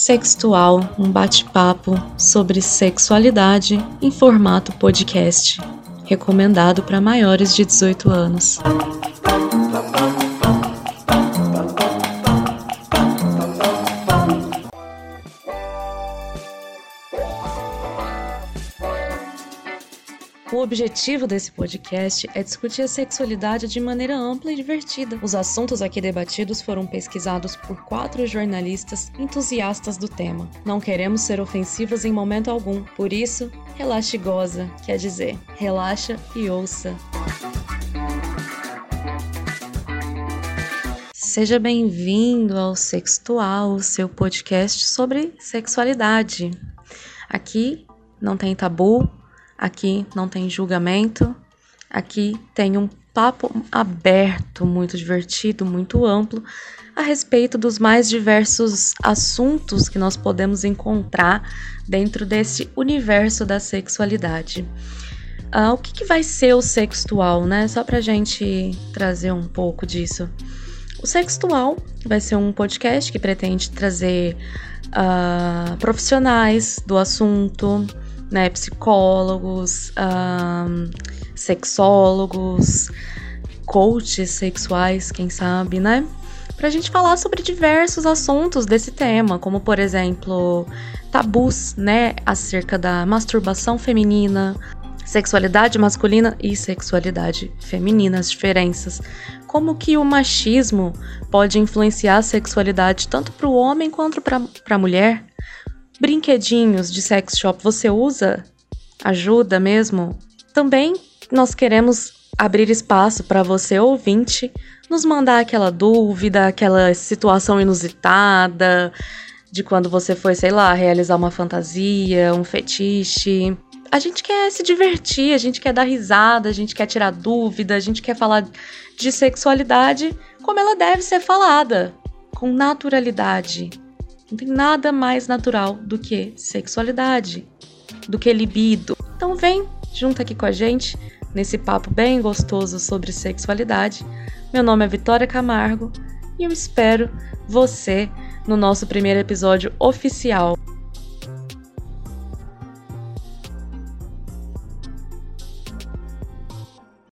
Sextual, um bate-papo sobre sexualidade em formato podcast, recomendado para maiores de 18 anos. O objetivo desse podcast é discutir a sexualidade de maneira ampla e divertida. Os assuntos aqui debatidos foram pesquisados por 4 jornalistas entusiastas do tema. Não queremos ser ofensivos em momento algum, por isso, relaxa e goza, quer dizer, relaxa e ouça. Seja bem-vindo ao Sextual, o seu podcast sobre sexualidade. Aqui não tem tabu, aqui não tem julgamento, aqui tem um papo aberto, muito divertido, muito amplo, a respeito dos mais diversos assuntos que nós podemos encontrar dentro desse universo da sexualidade. O que vai ser o Sextual, né? Só pra gente trazer um pouco disso. O Sextual vai ser um podcast que pretende trazer profissionais do assunto, né, psicólogos, sexólogos, coaches sexuais, quem sabe, né? Pra gente falar sobre diversos assuntos desse tema, como, por exemplo, tabus, né, acerca da masturbação feminina, sexualidade masculina e sexualidade feminina, as diferenças. Como que o machismo pode influenciar a sexualidade tanto para o homem quanto para a mulher? Brinquedinhos de sex shop você usa? Ajuda mesmo? Também nós queremos abrir espaço para você, ouvinte, nos mandar aquela dúvida, aquela situação inusitada de quando você foi, sei lá, realizar uma fantasia, um fetiche. A gente quer se divertir, a gente quer dar risada, a gente quer tirar dúvida, a gente quer falar de sexualidade como ela deve ser falada, com naturalidade. Não tem nada mais natural do que sexualidade, do que libido. Então vem junto aqui com a gente nesse papo bem gostoso sobre sexualidade. Meu nome é Vitória Camargo e eu espero você no nosso primeiro episódio oficial.